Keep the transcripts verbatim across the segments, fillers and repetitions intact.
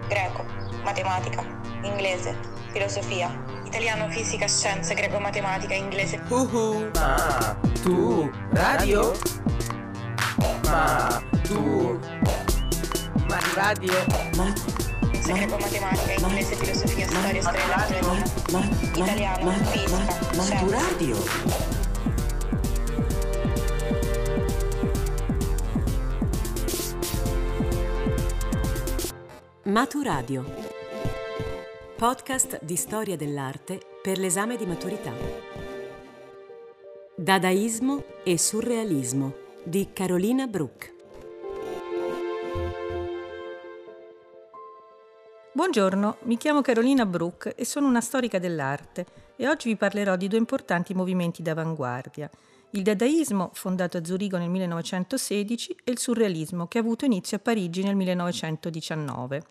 greco, matematica, inglese, filosofia, italiano, fisica, scienze, greco, matematica, inglese. Uhu. Ma tu radio? Ma tu ma radio? Ma greco, matematica, inglese, filosofia, storia, storia, elettronica, italiano, fisica, ma tu radio? Maturadio, podcast di storia dell'arte per l'esame di maturità. Dadaismo e surrealismo di Carolina Bruck. Buongiorno, mi chiamo Carolina Bruck e sono una storica dell'arte e oggi vi parlerò di due importanti movimenti d'avanguardia: il dadaismo, fondato a Zurigo nel millenovecentosedici, e il surrealismo, che ha avuto inizio a Parigi nel millenovecentodiciannove.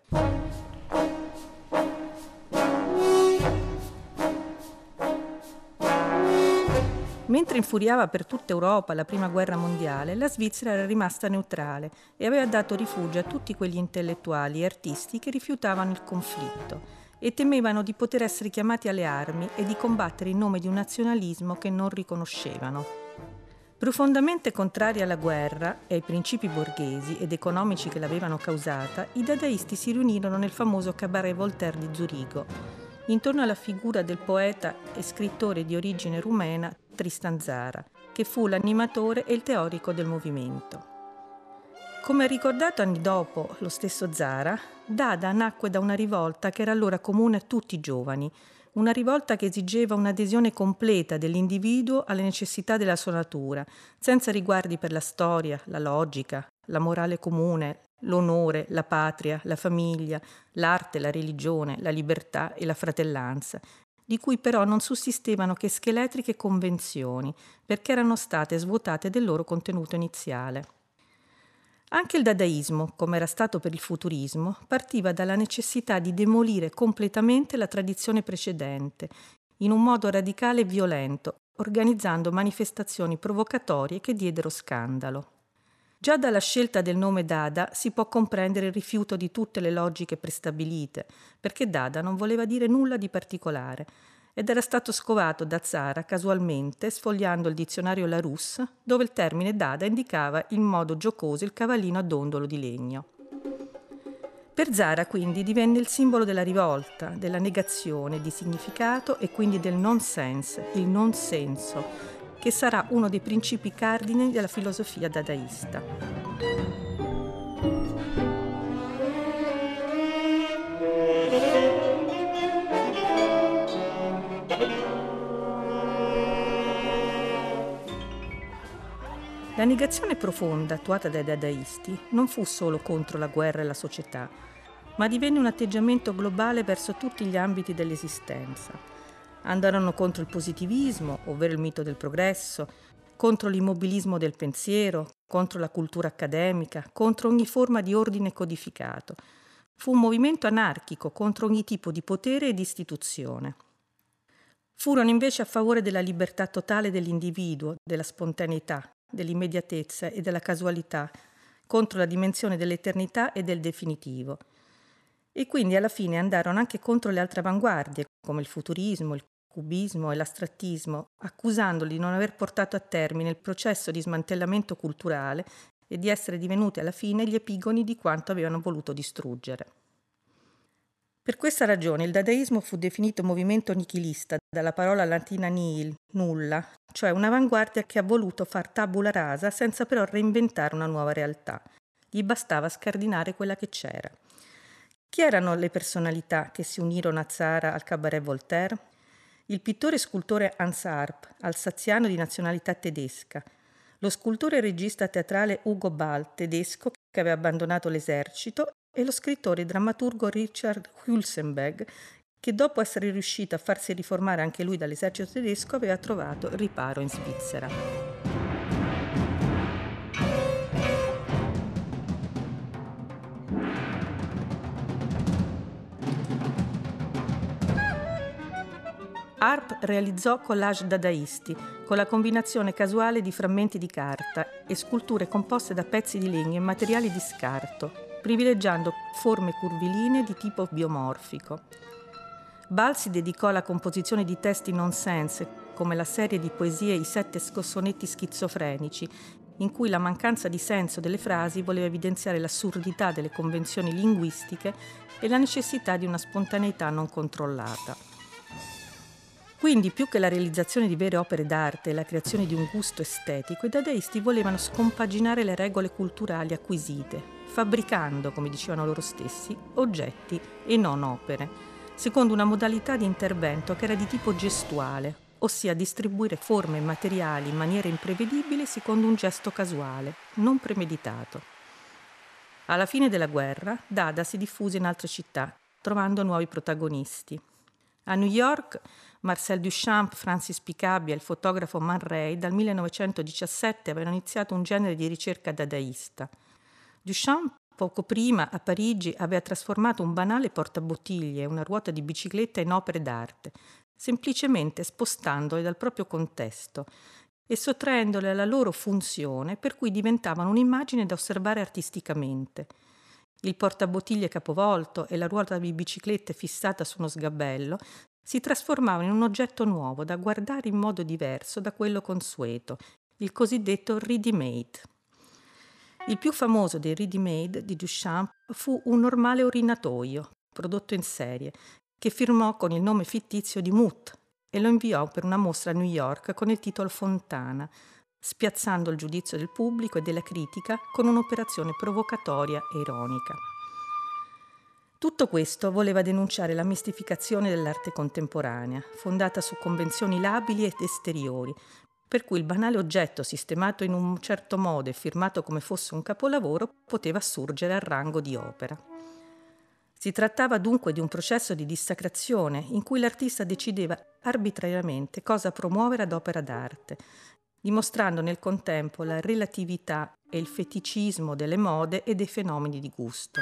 Mentre infuriava per tutta Europa la Prima Guerra Mondiale, la Svizzera era rimasta neutrale e aveva dato rifugio a tutti quegli intellettuali e artisti che rifiutavano il conflitto e temevano di poter essere chiamati alle armi e di combattere in nome di un nazionalismo che non riconoscevano. Profondamente contrari alla guerra e ai principi borghesi ed economici che l'avevano causata, i dadaisti si riunirono nel famoso Cabaret Voltaire di Zurigo, intorno alla figura del poeta e scrittore di origine rumena Tristan Tzara, che fu l'animatore e il teorico del movimento. Come ha ricordato anni dopo lo stesso Tzara, Dada nacque da una rivolta che era allora comune a tutti i giovani, una rivolta che esigeva un'adesione completa dell'individuo alle necessità della sua natura, senza riguardi per la storia, la logica, la morale comune, l'onore, la patria, la famiglia, l'arte, la religione, la libertà e la fratellanza, di cui però non sussistevano che scheletriche convenzioni, perché erano state svuotate del loro contenuto iniziale. Anche il dadaismo, come era stato per il futurismo, partiva dalla necessità di demolire completamente la tradizione precedente, in un modo radicale e violento, organizzando manifestazioni provocatorie che diedero scandalo. Già dalla scelta del nome Dada si può comprendere il rifiuto di tutte le logiche prestabilite, perché Dada non voleva dire nulla di particolare, ed era stato scovato da Tzara casualmente sfogliando il dizionario Larousse, dove il termine Dada indicava in modo giocoso il cavallino a dondolo di legno. Per Tzara quindi divenne il simbolo della rivolta, della negazione di significato e quindi del nonsense, il non senso, che sarà uno dei principi cardine della filosofia dadaista. La negazione profonda attuata dai dadaisti non fu solo contro la guerra e la società, ma divenne un atteggiamento globale verso tutti gli ambiti dell'esistenza. Andarono contro il positivismo, ovvero il mito del progresso, contro l'immobilismo del pensiero, contro la cultura accademica, contro ogni forma di ordine codificato. Fu un movimento anarchico contro ogni tipo di potere e di istituzione. Furono invece a favore della libertà totale dell'individuo, della spontaneità, dell'immediatezza e della casualità, contro la dimensione dell'eternità e del definitivo. E quindi alla fine andarono anche contro le altre avanguardie, come il futurismo, il cubismo e l'astrattismo, accusandoli di non aver portato a termine il processo di smantellamento culturale e di essere divenuti alla fine gli epigoni di quanto avevano voluto distruggere. Per questa ragione il dadaismo fu definito movimento nichilista, dalla parola latina nihil, nulla, cioè un'avanguardia che ha voluto far tabula rasa senza però reinventare una nuova realtà. Gli bastava scardinare quella che c'era. Chi erano le personalità che si unirono a Tzara al Cabaret Voltaire? Il pittore e scultore Hans Arp, alsaziano di nazionalità tedesca, lo scultore e regista teatrale Hugo Ball, tedesco che aveva abbandonato l'esercito, e lo scrittore e drammaturgo Richard Hülsenberg, che dopo essere riuscito a farsi riformare anche lui dall'esercito tedesco aveva trovato riparo in Svizzera. Arp realizzò collage dadaisti con la combinazione casuale di frammenti di carta e sculture composte da pezzi di legno e materiali di scarto. privilegiando forme curvilinee di tipo biomorfico. Ball si dedicò alla composizione di testi nonsense, come la serie di poesie I sette sonnetti schizofrenici, in cui la mancanza di senso delle frasi voleva evidenziare l'assurdità delle convenzioni linguistiche e la necessità di una spontaneità non controllata. Quindi, più che la realizzazione di vere opere d'arte e la creazione di un gusto estetico, i dadaisti volevano scompaginare le regole culturali acquisite, fabbricando, come dicevano loro stessi, oggetti e non opere, secondo una modalità di intervento che era di tipo gestuale, ossia distribuire forme e materiali in maniera imprevedibile secondo un gesto casuale, non premeditato. Alla fine della guerra, Dada si diffuse in altre città, trovando nuovi protagonisti. A New York, Marcel Duchamp, Francis Picabia e il fotografo Man Ray dal millenovecentodiciassette avevano iniziato un genere di ricerca dadaista. Duchamp, poco prima, a Parigi, aveva trasformato un banale portabottiglie e una ruota di bicicletta in opere d'arte, semplicemente spostandole dal proprio contesto e sottraendole alla loro funzione, per cui diventavano un'immagine da osservare artisticamente. Il portabottiglie capovolto e la ruota di biciclette fissata su uno sgabello si trasformavano in un oggetto nuovo da guardare in modo diverso da quello consueto, il cosiddetto ready-made. Il più famoso dei ready-made di Duchamp fu un normale orinatoio, prodotto in serie, che firmò con il nome fittizio di Muth e lo inviò per una mostra a New York con il titolo Fontana, spiazzando il giudizio del pubblico e della critica con un'operazione provocatoria e ironica. Tutto questo voleva denunciare la mistificazione dell'arte contemporanea, fondata su convenzioni labili ed esteriori, per cui il banale oggetto sistemato in un certo modo e firmato come fosse un capolavoro poteva assurgere al rango di opera. Si trattava dunque di un processo di dissacrazione in cui l'artista decideva arbitrariamente cosa promuovere ad opera d'arte, dimostrando nel contempo la relatività e il feticismo delle mode e dei fenomeni di gusto.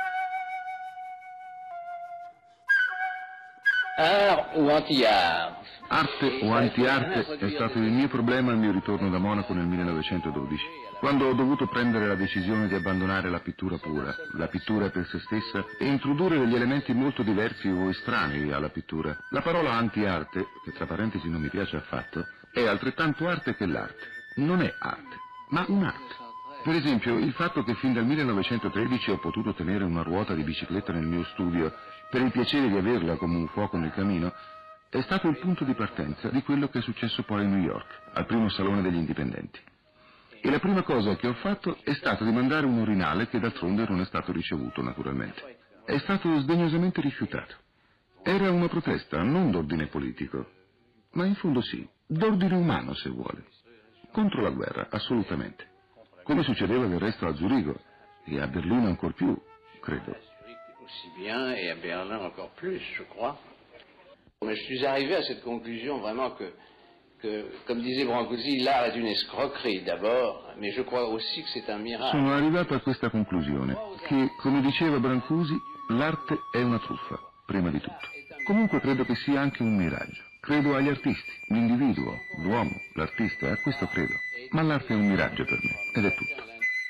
Art o anti-art? Arte o anti-arte è stato il mio problema al mio ritorno da Monaco nel millenovecentododici, quando ho dovuto prendere la decisione di abbandonare la pittura pura, la pittura per se stessa, e introdurre degli elementi molto diversi o estranei alla pittura. La parola anti-arte, che tra parentesi non mi piace affatto, è altrettanto arte che l'arte. Non è arte, ma un'arte. Per esempio, il fatto che fin dal millenovecentotredici ho potuto tenere una ruota di bicicletta nel mio studio per il piacere di averla come un fuoco nel camino, è stato il punto di partenza di quello che è successo poi a New York, al primo Salone degli Indipendenti. E la prima cosa che ho fatto è stato di mandare un urinale che d'altronde non è stato ricevuto, naturalmente. È stato sdegnosamente rifiutato. Era una protesta non d'ordine politico, ma in fondo sì, d'ordine umano se vuole. Contro la guerra, assolutamente. Come succedeva del resto a Zurigo e a Berlino ancor più, credo. Aussi bien et à Berlin encore plus, je crois. Mais je suis arrivé à cette conclusion vraiment que, que comme disait Brancusi, l'art est une escroquerie d'abord, mais je crois aussi que c'est un miracle. Sono arrivato a questa conclusione, che, come diceva Brancusi, l'arte è una truffa, prima di tutto. Comunque credo che sia anche un miraggio. Credo agli artisti, l'individuo, l'uomo, l'artista, a questo credo. Ma l'arte è un miraggio per me, ed è tutto.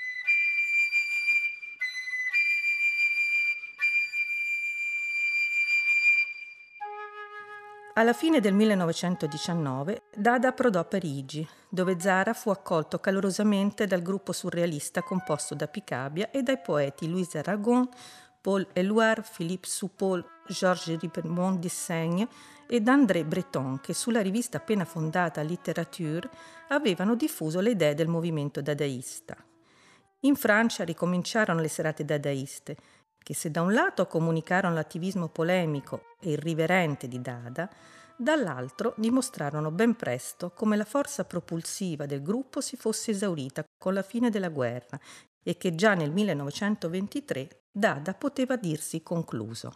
Alla fine del millenovecentodiciannove, Dada approdò a Parigi, dove Zara fu accolto calorosamente dal gruppo surrealista composto da Picabia e dai poeti Louis Aragon, Paul Éluard, Philippe Soupaul, Georges Ripemont Dissaigne ed André Breton, che sulla rivista appena fondata Littérature avevano diffuso le idee del movimento dadaista. In Francia ricominciarono le serate dadaiste, che se da un lato comunicarono l'attivismo polemico e irriverente di Dada, dall'altro dimostrarono ben presto come la forza propulsiva del gruppo si fosse esaurita con la fine della guerra e che già nel millenovecentoventitré Dada poteva dirsi concluso.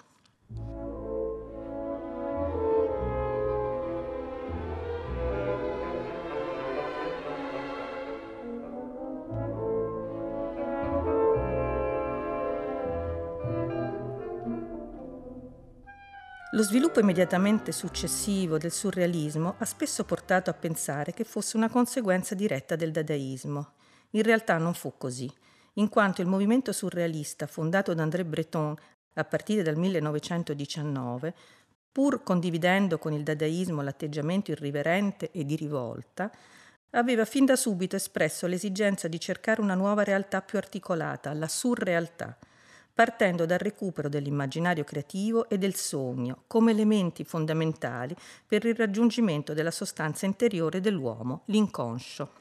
Lo sviluppo immediatamente successivo del surrealismo ha spesso portato a pensare che fosse una conseguenza diretta del dadaismo. In realtà non fu così. in quanto il movimento surrealista fondato da André Breton a partire dal millenovecentodiciannove, pur condividendo con il dadaismo l'atteggiamento irriverente e di rivolta, aveva fin da subito espresso l'esigenza di cercare una nuova realtà più articolata, la surrealtà, partendo dal recupero dell'immaginario creativo e del sogno come elementi fondamentali per il raggiungimento della sostanza interiore dell'uomo, l'inconscio.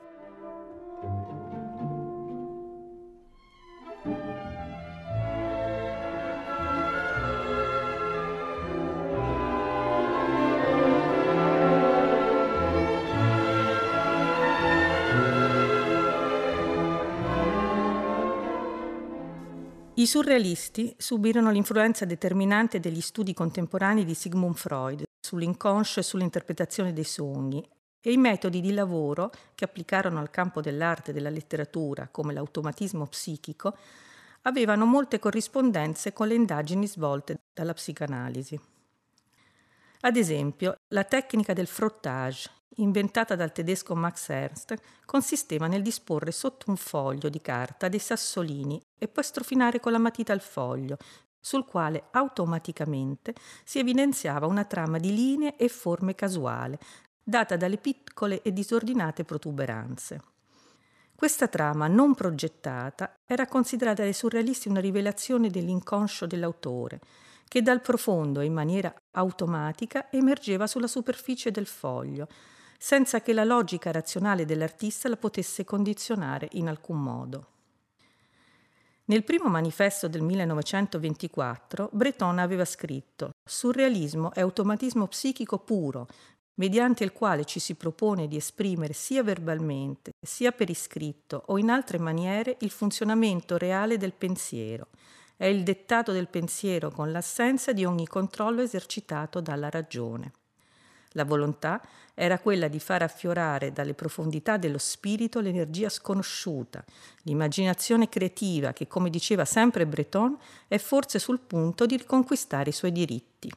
I surrealisti subirono l'influenza determinante degli studi contemporanei di Sigmund Freud sull'inconscio e sull'interpretazione dei sogni e i metodi di lavoro che applicarono al campo dell'arte e della letteratura, come l'automatismo psichico, avevano molte corrispondenze con le indagini svolte dalla psicanalisi. Ad esempio, la tecnica del frottage, inventata dal tedesco Max Ernst, consisteva nel disporre sotto un foglio di carta dei sassolini e poi strofinare con la matita il foglio, sul quale automaticamente si evidenziava una trama di linee e forme casuale, data dalle piccole e disordinate protuberanze. Questa trama non progettata era considerata dai surrealisti una rivelazione dell'inconscio dell'autore, che dal profondo e in maniera automatica emergeva sulla superficie del foglio, senza che la logica razionale dell'artista la potesse condizionare in alcun modo. Nel primo manifesto del millenovecentoventiquattro, Breton aveva scritto: «Surrealismo è automatismo psichico puro, mediante il quale ci si propone di esprimere sia verbalmente, sia per iscritto o in altre maniere il funzionamento reale del pensiero. È il dettato del pensiero con l'assenza di ogni controllo esercitato dalla ragione». La volontà era quella di far affiorare dalle profondità dello spirito l'energia sconosciuta, l'immaginazione creativa che, come diceva sempre Breton, è forse sul punto di riconquistare i suoi diritti.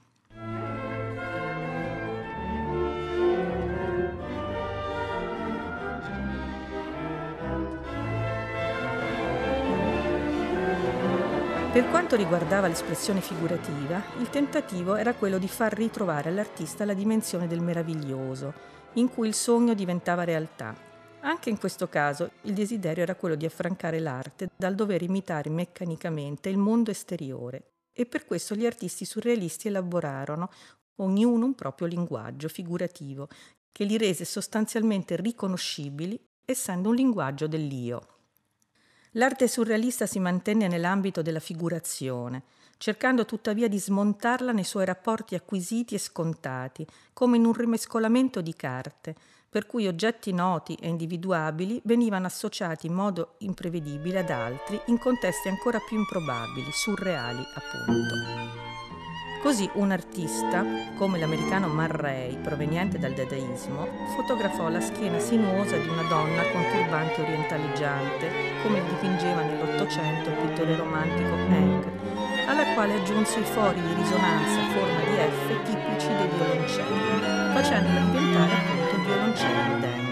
Per quanto riguardava l'espressione figurativa, il tentativo era quello di far ritrovare all'artista la dimensione del meraviglioso, in cui il sogno diventava realtà. Anche in questo caso il desiderio era quello di affrancare l'arte dal dover imitare meccanicamente il mondo esteriore, e per questo gli artisti surrealisti elaborarono ognuno un proprio linguaggio figurativo, che li rese sostanzialmente riconoscibili, essendo un linguaggio dell'io. L'arte surrealista si mantenne nell'ambito della figurazione, cercando tuttavia di smontarla nei suoi rapporti acquisiti e scontati, come in un rimescolamento di carte, per cui oggetti noti e individuabili venivano associati in modo imprevedibile ad altri in contesti ancora più improbabili, surreali appunto. Così un artista, come l'americano Man Ray, proveniente dal dadaismo, fotografò la schiena sinuosa di una donna con turbante orientaleggiante, come dipingeva nell'Ottocento il pittore romantico Ingres, alla quale aggiunse i fori di risonanza a forma di F tipici dei violoncelli, facendola diventare appunto il violoncello d'Ingres.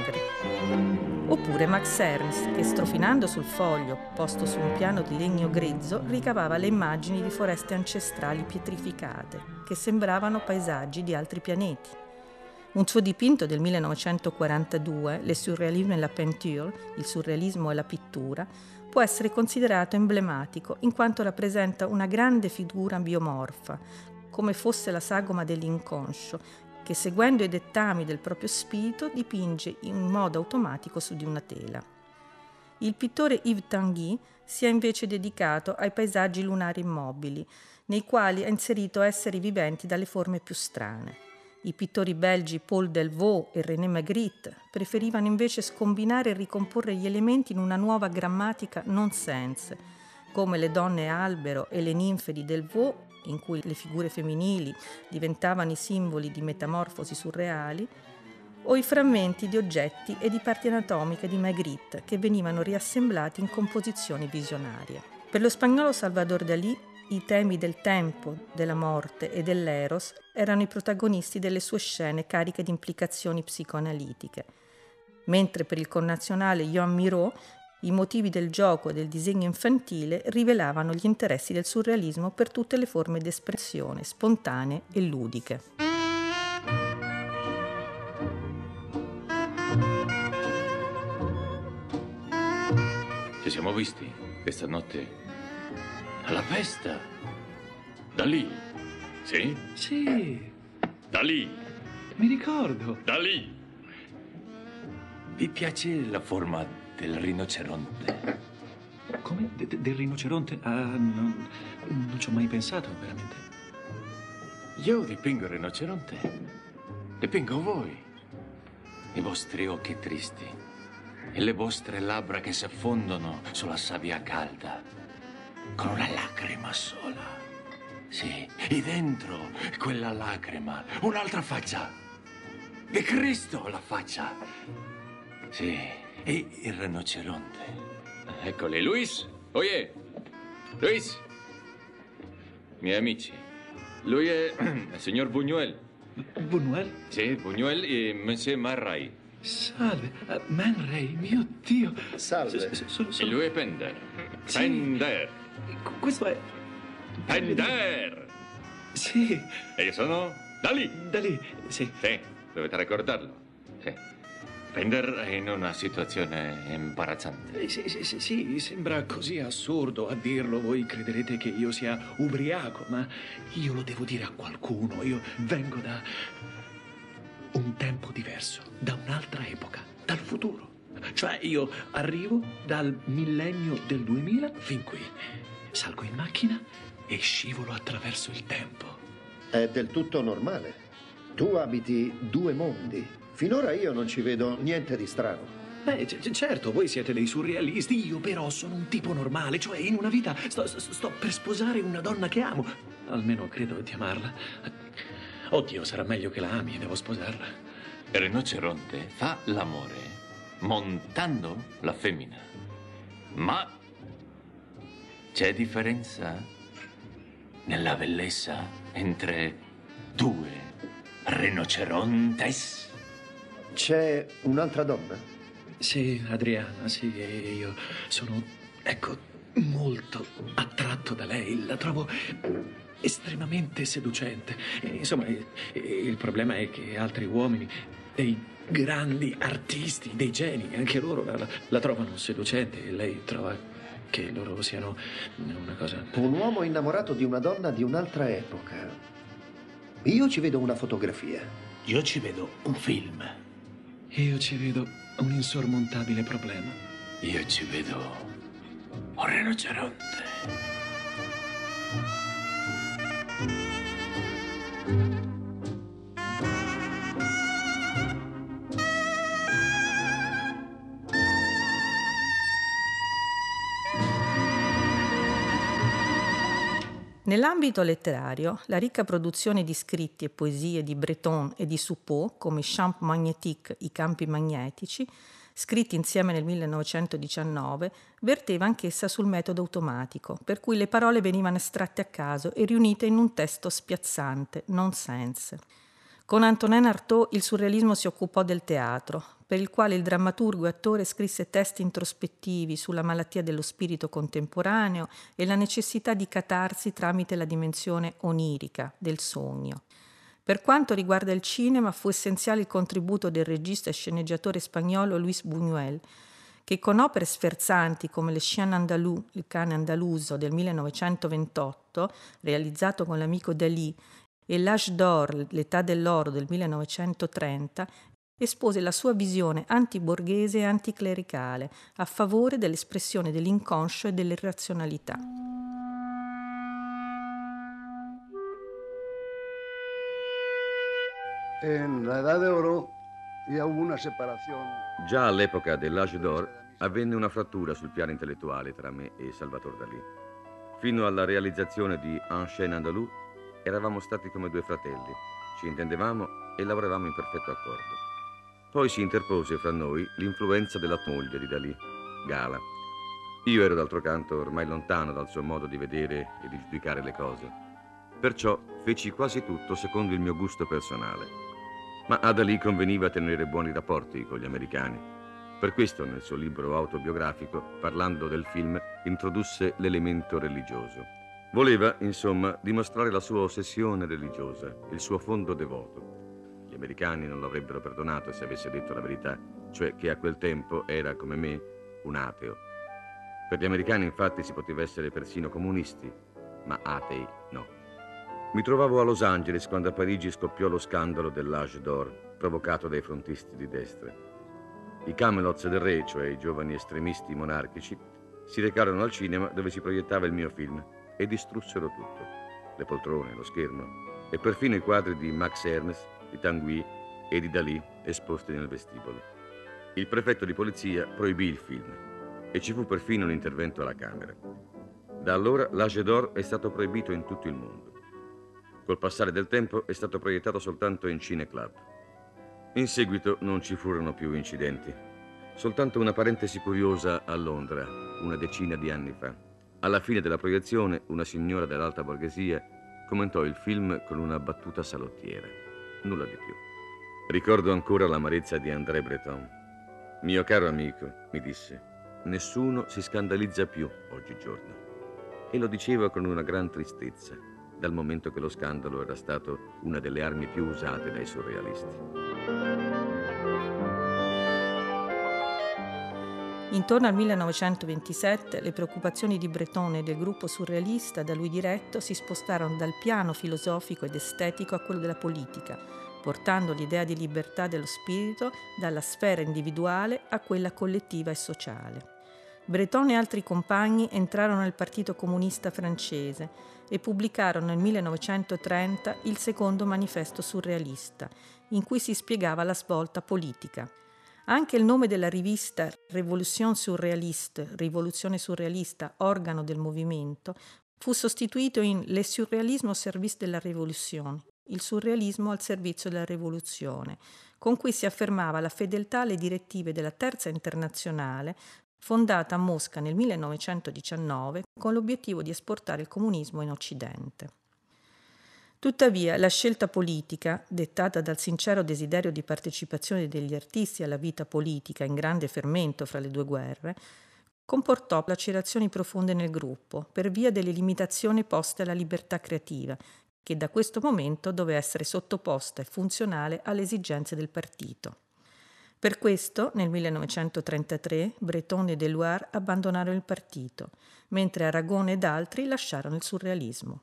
Oppure Max Ernst, che strofinando sul foglio, posto su un piano di legno grezzo, ricavava le immagini di foreste ancestrali pietrificate, che sembravano paesaggi di altri pianeti. Un suo dipinto del millenovecentoquarantadue, Le surréalisme et la peinture, il surrealismo e la pittura, può essere considerato emblematico in quanto rappresenta una grande figura biomorfa, come fosse la sagoma dell'inconscio, che seguendo i dettami del proprio spirito dipinge in modo automatico su di una tela. Il pittore Yves Tanguy si è invece dedicato ai paesaggi lunari immobili, nei quali ha inserito esseri viventi dalle forme più strane. I pittori belgi Paul Delvaux e René Magritte preferivano invece scombinare e ricomporre gli elementi in una nuova grammatica non-sense, come le donne albero e le ninfe di Delvaux, in cui le figure femminili diventavano i simboli di metamorfosi surreali, o i frammenti di oggetti e di parti anatomiche di Magritte che venivano riassemblati in composizioni visionarie. Per lo spagnolo Salvador Dalí i temi del tempo, della morte e dell'eros erano i protagonisti delle sue scene cariche di implicazioni psicoanalitiche, mentre per il connazionale Joan Miró I motivi del gioco e del disegno infantile rivelavano gli interessi del surrealismo per tutte le forme di espressione, spontanee e ludiche. Ci siamo visti questa notte alla festa. Da lì, sì? Sì. Da lì. Mi ricordo. Da lì. Vi piace la forma del rinoceronte? Come? De- de- del rinoceronte? Ah, non, non ci ho mai pensato, veramente. Io dipingo il rinoceronte. Dipingo voi. I vostri occhi tristi. E le vostre labbra che si affondono sulla sabbia calda. Con una lacrima sola. Sì, e dentro quella lacrima, un'altra faccia. Di Cristo la faccia. Sì, e il rinoceronte. Eccoli, Luis. Oye, Luis. Miei amici. Lui è il signor Buñuel. Buñuel? Sì, Buñuel e Monsieur Marray. Salve, uh, Man Ray, mio Dio. Salve. S- sono, E sono... lui è Pender. Sì. Pender. Questo è... Pender. Sì. E io sono da lì. Da lì, sì. Sì, dovete ricordarlo. Sì. Pender è in una situazione imbarazzante. Eh, Sì, sì, sì, sì, sembra così assurdo a dirlo. Voi crederete che io sia ubriaco, ma io lo devo dire a qualcuno. Io vengo da un tempo diverso, da un'altra epoca, dal futuro. Cioè, io arrivo dal millennio del duemila fin qui. Salgo in macchina e scivolo attraverso il tempo. È del tutto normale. Tu abiti due mondi. Finora io non ci vedo niente di strano. Beh, c- certo, voi siete dei surrealisti, io però sono un tipo normale, cioè in una vita sto, sto- sto per sposare una donna che amo. Almeno credo di amarla. Oddio, sarà meglio che la ami, devo sposarla. Il rinoceronte fa l'amore montando la femmina. Ma c'è differenza nella bellezza entre due rinocerontes? C'è un'altra donna? Sì, Adriana, sì, e io sono, ecco, molto attratto da lei. La trovo estremamente seducente. E, insomma, il, il problema è che altri uomini, dei grandi artisti, dei geni, anche loro la, la trovano seducente e lei trova che loro siano una cosa... Un uomo innamorato di una donna di un'altra epoca. Io ci vedo una fotografia. Io ci vedo un film. Io ci vedo un insormontabile problema. Io ci vedo un rinoceronte. Nell'ambito letterario, la ricca produzione di scritti e poesie di Breton e di Suppot, come Champ magnétique, i campi magnetici, scritti insieme nel millenovecentodiciannove, verteva anch'essa sul metodo automatico, per cui le parole venivano estratte a caso e riunite in un testo spiazzante, nonsense. Con Antonin Artaud il surrealismo si occupò del teatro, per il quale il drammaturgo e attore scrisse testi introspettivi sulla malattia dello spirito contemporaneo e la necessità di catarsi tramite la dimensione onirica del sogno. Per quanto riguarda il cinema, fu essenziale il contributo del regista e sceneggiatore spagnolo Luis Buñuel, che con opere sferzanti come Le Chien Andalou, il cane andaluso del millenovecentoventotto, realizzato con l'amico Dalí, e L'Âge d'Or, l'età dell'oro del millenovecentotrenta, espose la sua visione antiborghese e anticlericale a favore dell'espressione dell'inconscio e dell'irrazionalità. En la Edad de Oro ya hubo una separación. Già all'epoca dell'Âge d'Or avvenne una frattura sul piano intellettuale tra me e Salvatore Dalì. Fino alla realizzazione di Un chien andalou eravamo stati come due fratelli, ci intendevamo e lavoravamo in perfetto accordo. Poi si interpose fra noi l'influenza della moglie di Dalì, Gala. Io ero d'altro canto ormai lontano dal suo modo di vedere e di giudicare le cose. Perciò feci quasi tutto secondo il mio gusto personale. Ma a Dalì conveniva tenere buoni rapporti con gli americani. Per questo nel suo libro autobiografico, parlando del film, introdusse l'elemento religioso. Voleva, insomma, dimostrare la sua ossessione religiosa, il suo fondo devoto. Gli americani non lo avrebbero perdonato se avesse detto la verità, cioè che a quel tempo era, come me, un ateo. Per gli americani, infatti, si poteva essere persino comunisti, ma atei no. Mi trovavo a Los Angeles quando a Parigi scoppiò lo scandalo dell'Age d'Or, provocato dai frontisti di destra. I Camelots del re, cioè i giovani estremisti monarchici, si recarono al cinema dove si proiettava il mio film e distrussero tutto. Le poltrone, lo schermo e perfino i quadri di Max Ernst, di Tanguy e di Dalì esposti nel vestibolo. Il prefetto di polizia proibì il film e ci fu perfino un intervento alla Camera. Da allora l'Age d'Or è stato proibito in tutto il mondo. Col passare del tempo è stato proiettato soltanto in cineclub. In seguito non ci furono più incidenti. Soltanto una parentesi curiosa a Londra, una decina di anni fa. Alla fine della proiezione, una signora dell'alta borghesia commentò il film con una battuta salottiera. Nulla di più. Ricordo ancora l'amarezza di André Breton. Mio caro amico, mi disse, nessuno si scandalizza più oggigiorno. E lo diceva con una gran tristezza, dal momento che lo scandalo era stato una delle armi più usate dai surrealisti. Intorno al millenovecentoventisette le preoccupazioni di Breton e del gruppo surrealista da lui diretto si spostarono dal piano filosofico ed estetico a quello della politica, portando l'idea di libertà dello spirito dalla sfera individuale a quella collettiva e sociale. Breton e altri compagni entrarono nel Partito Comunista francese e pubblicarono nel millenovecentotrenta il secondo manifesto surrealista, in cui si spiegava la svolta politica. Anche il nome della rivista Révolution Surréaliste, Rivoluzione Surrealista, organo del movimento, fu sostituito in Le Surrealisme au service de la Révolution, il surrealismo al servizio della rivoluzione, con cui si affermava la fedeltà alle direttive della Terza Internazionale, fondata a Mosca nel millenovecentodiciannove con l'obiettivo di esportare il comunismo in Occidente. Tuttavia, la scelta politica, dettata dal sincero desiderio di partecipazione degli artisti alla vita politica in grande fermento fra le due guerre, comportò lacerazioni profonde nel gruppo per via delle limitazioni poste alla libertà creativa, che da questo momento doveva essere sottoposta e funzionale alle esigenze del partito. Per questo, nel millenovecentotrentatré, Breton e Deluar abbandonarono il partito, mentre Aragon ed altri lasciarono il surrealismo.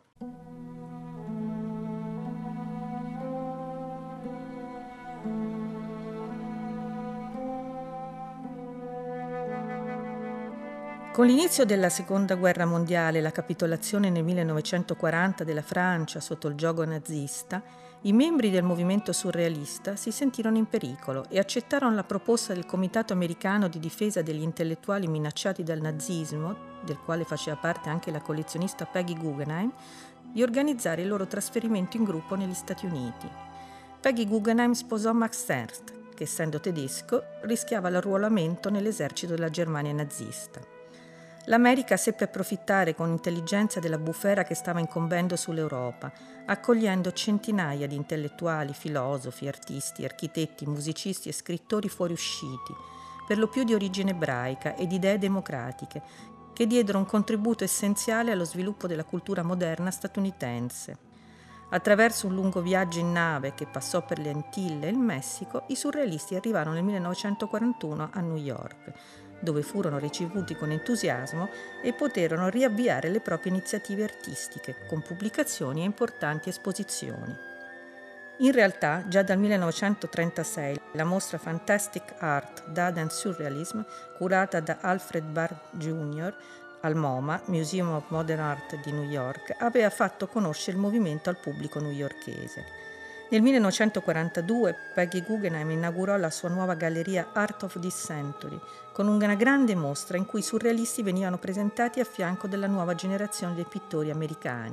Con l'inizio della Seconda Guerra Mondiale e la capitolazione nel millenovecentoquaranta della Francia sotto il giogo nazista, i membri del movimento surrealista si sentirono in pericolo e accettarono la proposta del Comitato Americano di Difesa degli Intellettuali Minacciati dal Nazismo, del quale faceva parte anche la collezionista Peggy Guggenheim, di organizzare il loro trasferimento in gruppo negli Stati Uniti. Peggy Guggenheim sposò Max Ernst, che essendo tedesco rischiava l'arruolamento nell'esercito della Germania nazista. L'America seppe approfittare con intelligenza della bufera che stava incombendo sull'Europa, accogliendo centinaia di intellettuali, filosofi, artisti, architetti, musicisti e scrittori fuoriusciti, per lo più di origine ebraica e di idee democratiche, che diedero un contributo essenziale allo sviluppo della cultura moderna statunitense. Attraverso un lungo viaggio in nave che passò per le Antille e il Messico, i surrealisti arrivarono nel millenovecentoquarantuno a New York, dove furono ricevuti con entusiasmo e poterono riavviare le proprie iniziative artistiche, con pubblicazioni e importanti esposizioni. In realtà, già dal millenovecentotrentasei, la mostra Fantastic Art, Dada and Surrealism, curata da Alfred Barr junior al MoMA, Museum of Modern Art di New York, aveva fatto conoscere il movimento al pubblico newyorkese. Nel millenovecentoquarantadue Peggy Guggenheim inaugurò la sua nuova galleria Art of this Century, con una grande mostra in cui i surrealisti venivano presentati a fianco della nuova generazione dei pittori americani,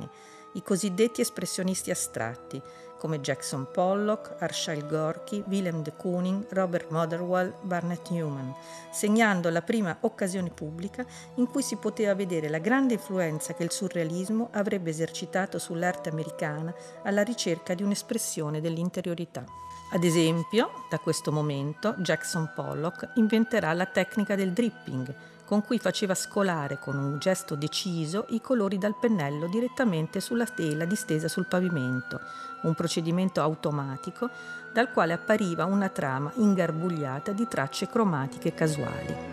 i cosiddetti espressionisti astratti, come Jackson Pollock, Arshile Gorky, Willem de Kooning, Robert Motherwell, Barnett Newman, segnando la prima occasione pubblica in cui si poteva vedere la grande influenza che il surrealismo avrebbe esercitato sull'arte americana alla ricerca di un'espressione dell'interiorità. Ad esempio, da questo momento, Jackson Pollock inventerà la tecnica del dripping, con cui faceva scolare con un gesto deciso i colori dal pennello direttamente sulla tela distesa sul pavimento, un procedimento automatico dal quale appariva una trama ingarbugliata di tracce cromatiche casuali.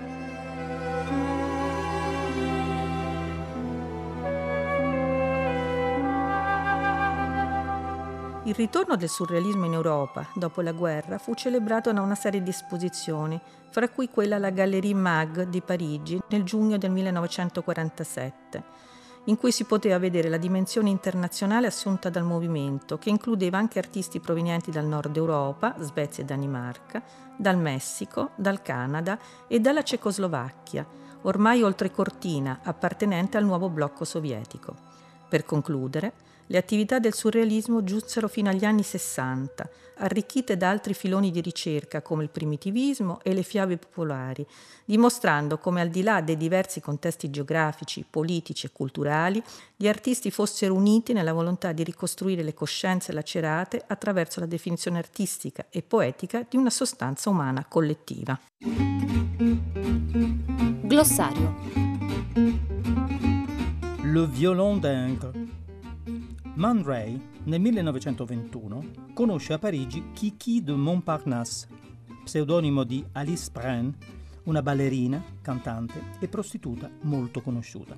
Il ritorno del surrealismo in Europa dopo la guerra fu celebrato da una serie di esposizioni, fra cui quella alla Galerie Mag di Parigi nel giugno del millenovecentoquarantasette, in cui si poteva vedere la dimensione internazionale assunta dal movimento, che includeva anche artisti provenienti dal nord Europa, Svezia e Danimarca, dal Messico, dal Canada e dalla Cecoslovacchia, ormai oltrecortina appartenente al nuovo blocco sovietico. Per concludere, le attività del surrealismo giunsero fino agli anni sessanta, arricchite da altri filoni di ricerca come il primitivismo e le fiabe popolari, dimostrando come al di là dei diversi contesti geografici, politici e culturali, gli artisti fossero uniti nella volontà di ricostruire le coscienze lacerate attraverso la definizione artistica e poetica di una sostanza umana collettiva. Glossario. Le violon d'Ingres. Man Ray, nel millenovecentoventuno, conosce a Parigi Kiki de Montparnasse, pseudonimo di Alice Pren, una ballerina, cantante e prostituta molto conosciuta.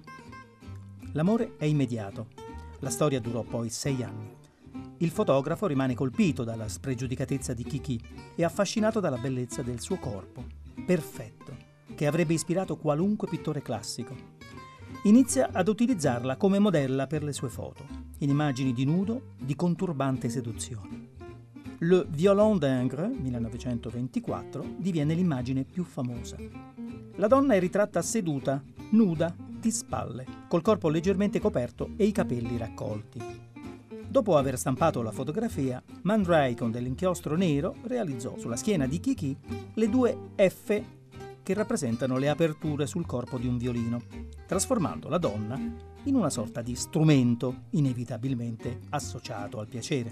L'amore è immediato. La storia durò poi sei anni. Il fotografo rimane colpito dalla spregiudicatezza di Kiki e affascinato dalla bellezza del suo corpo, perfetto, che avrebbe ispirato qualunque pittore classico. Inizia ad utilizzarla come modella per le sue foto, in immagini di nudo, di conturbante seduzione. Le Violon d'Ingres, millenovecentoventiquattro, diviene l'immagine più famosa. La donna è ritratta seduta, nuda, di spalle, col corpo leggermente coperto e i capelli raccolti. Dopo aver stampato la fotografia, Man Ray con dell'inchiostro nero realizzò sulla schiena di Kiki le due F che rappresentano le aperture sul corpo di un violino, trasformando la donna in una sorta di strumento inevitabilmente associato al piacere.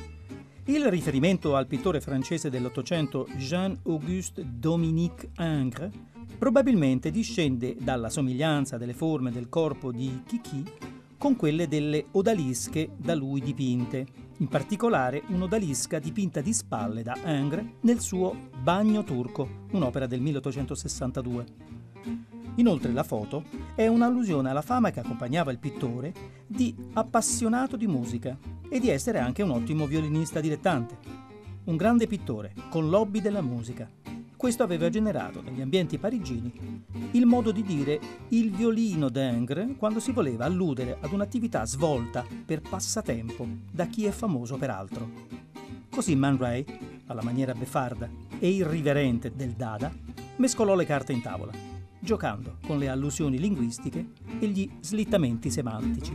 Il riferimento al pittore francese dell'Ottocento Jean-Auguste Dominique Ingres probabilmente discende dalla somiglianza delle forme del corpo di Kiki con quelle delle odalische da lui dipinte, in particolare un'odalisca dipinta di spalle da Ingres nel suo Bagno turco, un'opera del milleottocentosessantadue. Inoltre la foto è un'allusione alla fama che accompagnava il pittore di appassionato di musica e di essere anche un ottimo violinista dilettante. Un grande pittore con l'hobby della musica. Questo aveva generato negli ambienti parigini il modo di dire il violino d'Ingres quando si voleva alludere ad un'attività svolta per passatempo da chi è famoso per altro. Così Man Ray, alla maniera beffarda e irriverente del Dada, mescolò le carte in tavola, giocando con le allusioni linguistiche e gli slittamenti semantici.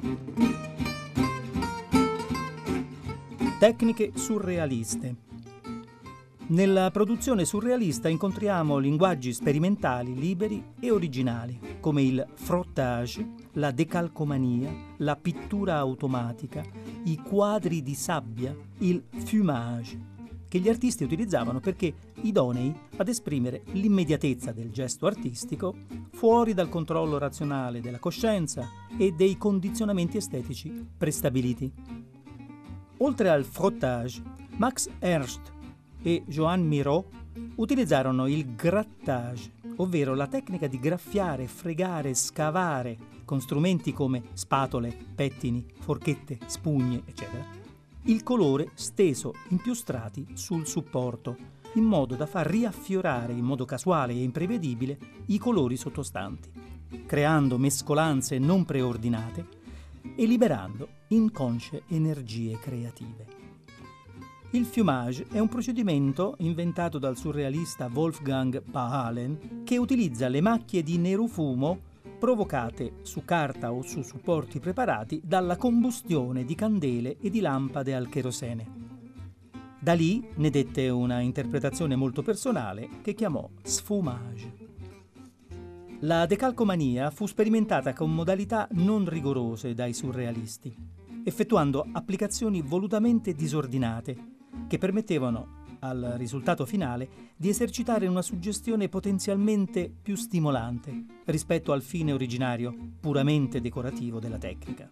Tecniche surrealiste. Nella produzione surrealista incontriamo linguaggi sperimentali, liberi e originali, come il frottage, la decalcomania, la pittura automatica, i quadri di sabbia, il fumage, che gli artisti utilizzavano perché idonei ad esprimere l'immediatezza del gesto artistico fuori dal controllo razionale della coscienza e dei condizionamenti estetici prestabiliti. Oltre al frottage, Max Ernst e Joan Miró utilizzarono il grattage, ovvero la tecnica di graffiare, fregare, scavare con strumenti come spatole, pettini, forchette, spugne, eccetera, il colore steso in più strati sul supporto, in modo da far riaffiorare in modo casuale e imprevedibile i colori sottostanti, creando mescolanze non preordinate e liberando inconsce energie creative. Il fumage è un procedimento inventato dal surrealista Wolfgang Paalen che utilizza le macchie di nerofumo provocate su carta o su supporti preparati dalla combustione di candele e di lampade al cherosene. Da lì ne dette una interpretazione molto personale che chiamò sfumage. La decalcomania fu sperimentata con modalità non rigorose dai surrealisti, effettuando applicazioni volutamente disordinate che permettevano al risultato finale di esercitare una suggestione potenzialmente più stimolante rispetto al fine originario puramente decorativo della tecnica.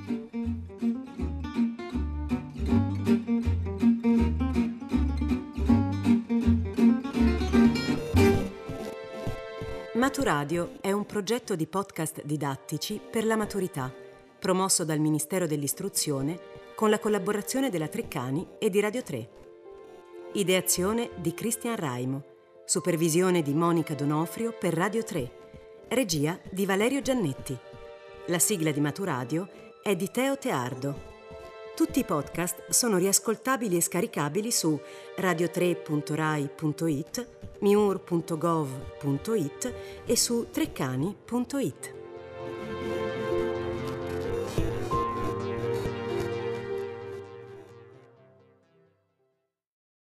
Maturadio è un progetto di podcast didattici per la maturità, promosso dal Ministero dell'Istruzione con la collaborazione della Treccani e di Radio tre. Ideazione di Cristian Raimo, supervisione di Monica Donofrio per Radio tre, regia di Valerio Giannetti. La sigla di Maturadio è di Teo Teardo. Tutti i podcast sono riascoltabili e scaricabili su radio tre punto rai punto it, miur punto gov punto it e su treccani punto it.